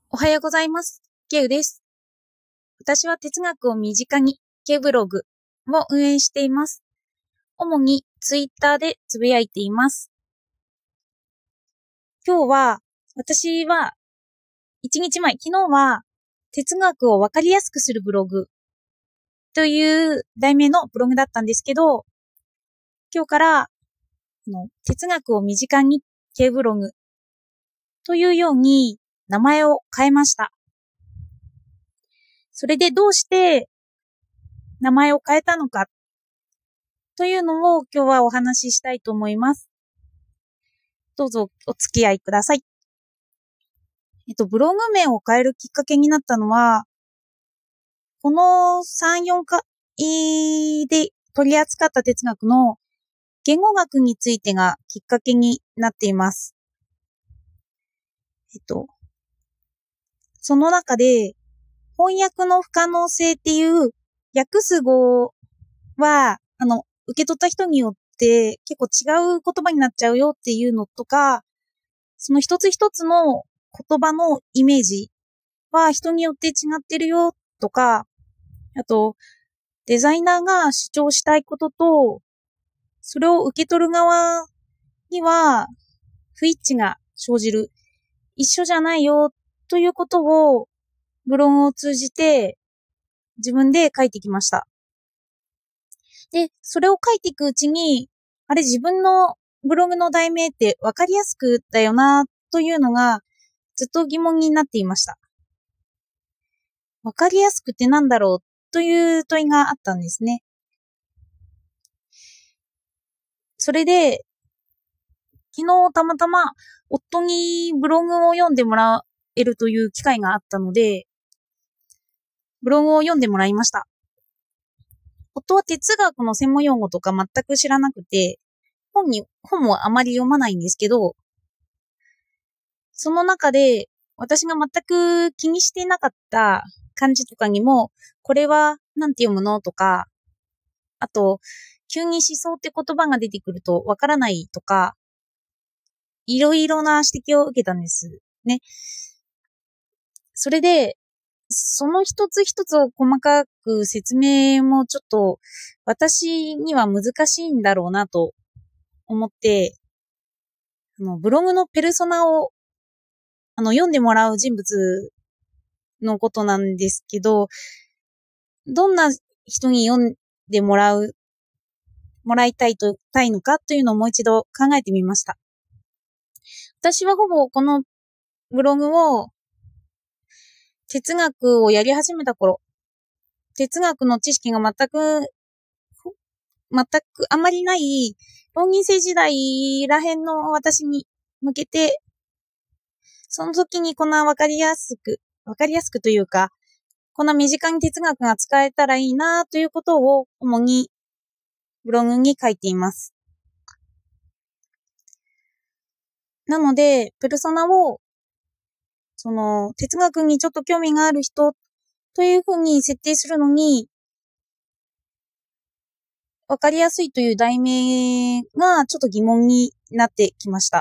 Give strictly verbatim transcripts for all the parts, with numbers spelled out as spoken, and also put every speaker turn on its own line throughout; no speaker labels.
おはようございます。ケウです。私は哲学を身近にケウブログを運営しています。主にツイッターでつぶやいています。今日は、私はいちにちまえ、昨日は哲学をわかりやすくするブログという題名のブログだったんですけど、今日からの哲学を身近にケウブログというように名前を変えました。それでどうして名前を変えたのかというのを今日はお話ししたいと思います。どうぞお付き合いください。えっと、ブログ名を変えるきっかけになったのは、このさん、よんかいで取り扱った哲学の言語学についてがきっかけになっています。えっと、その中で翻訳の不可能性っていう訳す語は、あの、受け取った人によって結構違う言葉になっちゃうよっていうのとか、その一つ一つの言葉のイメージは人によって違ってるよとか、あと、デザイナーが主張したいことと、それを受け取る側には不一致が生じる。一緒じゃないよということをブログを通じて自分で書いてきました。で、それを書いていくうちに、あれ自分のブログの題名って分かりやすくだよなというのがずっと疑問になっていました。分かりやすくってなんだろうという問いがあったんですね。それで、昨日たまたま夫にブログを読んでもらえるという機会があったので、ブログを読んでもらいました。夫は哲学の専門用語とか全く知らなくて、本に、本もあまり読まないんですけど、その中で私が全く気にしていなかった漢字とかにも、これはなんて読むのとか、あと、急に思想って言葉が出てくるとわからないとか、いろいろな指摘を受けたんですね。それで、その一つ一つを細かく説明もちょっと私には難しいんだろうなと思って、あのブログのペルソナをあの読んでもらう人物のことなんですけど、どんな人に読んでもらう、もらいたいと、たいのかというのをもう一度考えてみました。私はほぼこのブログを哲学をやり始めた頃、哲学の知識が全く、全くあまりない浪人生時代らへんの私に向けて、その時にこんなわかりやすく、わかりやすくというか、こんな身近に哲学が使えたらいいなということを主にブログに書いています。なので、ペルソナを、その、哲学にちょっと興味がある人というふうに設定するのに、わかりやすいという題名がちょっと疑問になってきました。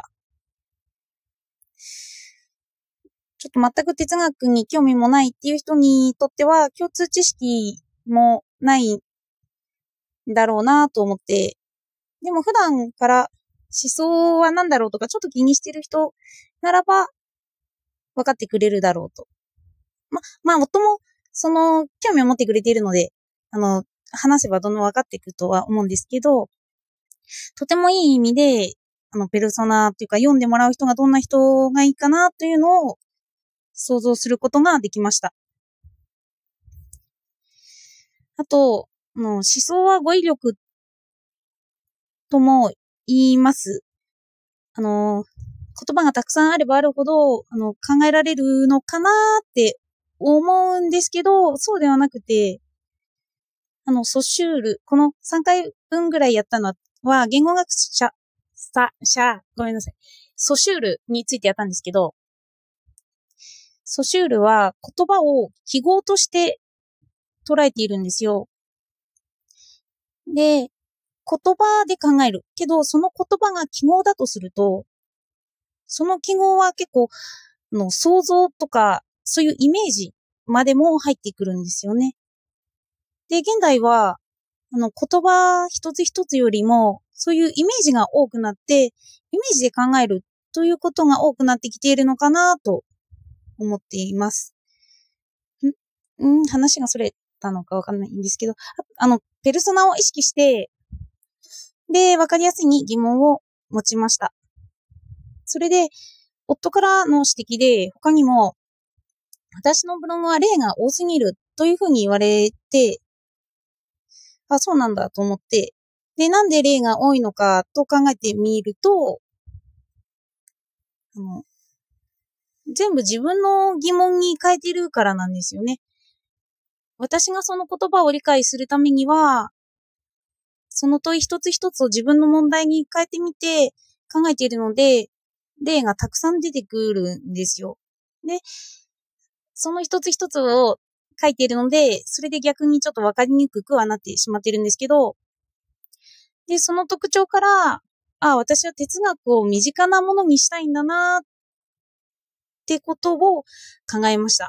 ちょっと全く哲学に興味もないっていう人にとっては共通知識もないんだろうなと思って、でも普段から思想は何だろうとかちょっと気にしてる人ならば分かってくれるだろうと。ま、まあ、夫もその興味を持ってくれているので、あの、話せばどんどん分かっていくとは思うんですけど、とてもいい意味で、あの、ペルソナっていうか読んでもらう人がどんな人がいいかなというのを想像することができました。あと、の思想は語彙力とも言います。あの、言葉がたくさんあればあるほど、あの、考えられるのかなって思うんですけど、そうではなくて、あの、ソシュール、このさんかいぶんぐらいやったのは、言語学者、さ、しゃ、ごめんなさい。ソシュールについてやったんですけど、ソシュールは言葉を記号として捉えているんですよ。で、言葉で考える。けど、その言葉が記号だとすると、その記号は結構、の想像とかそういうイメージまでも入ってくるんですよね。で、現代は、あの、言葉一つ一つよりも、そういうイメージが多くなって、イメージで考えるということが多くなってきているのかなと思っています。んん話がそれたのかわかんないんですけど、あの、ペルソナを意識して、で、わかりやすいに疑問を持ちました。それで、夫からの指摘で、他にも、私のブログは例が多すぎるというふうに言われて、あ、そうなんだと思って、で、なんで例が多いのかと考えてみると、あの、全部自分の疑問に変えてるからなんですよね。私がその言葉を理解するためには、その問い一つ一つを自分の問題に変えてみて考えているので、例がたくさん出てくるんですよ。で、その一つ一つを書いているので、それで逆にちょっとわかりにくくはなってしまっているんですけど、で、その特徴から、あ、私は哲学を身近なものにしたいんだなってことを考えました。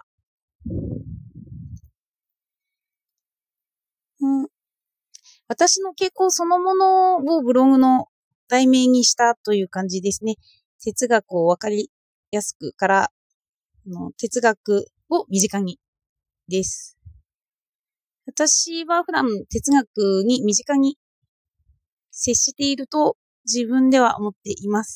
うん、私の傾向そのものをブログの題名にしたという感じですね。哲学をわかりやすくから、あの哲学を身近にです。私は普段哲学に身近に接していると自分では思っています。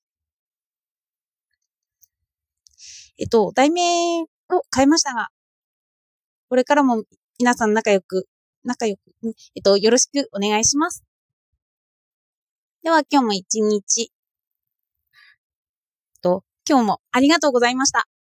えっと、題名を変えましたが、これからも皆さん仲良く、仲良く、えっと、よろしくお願いします。では今日も一日、と、今日もありがとうございました。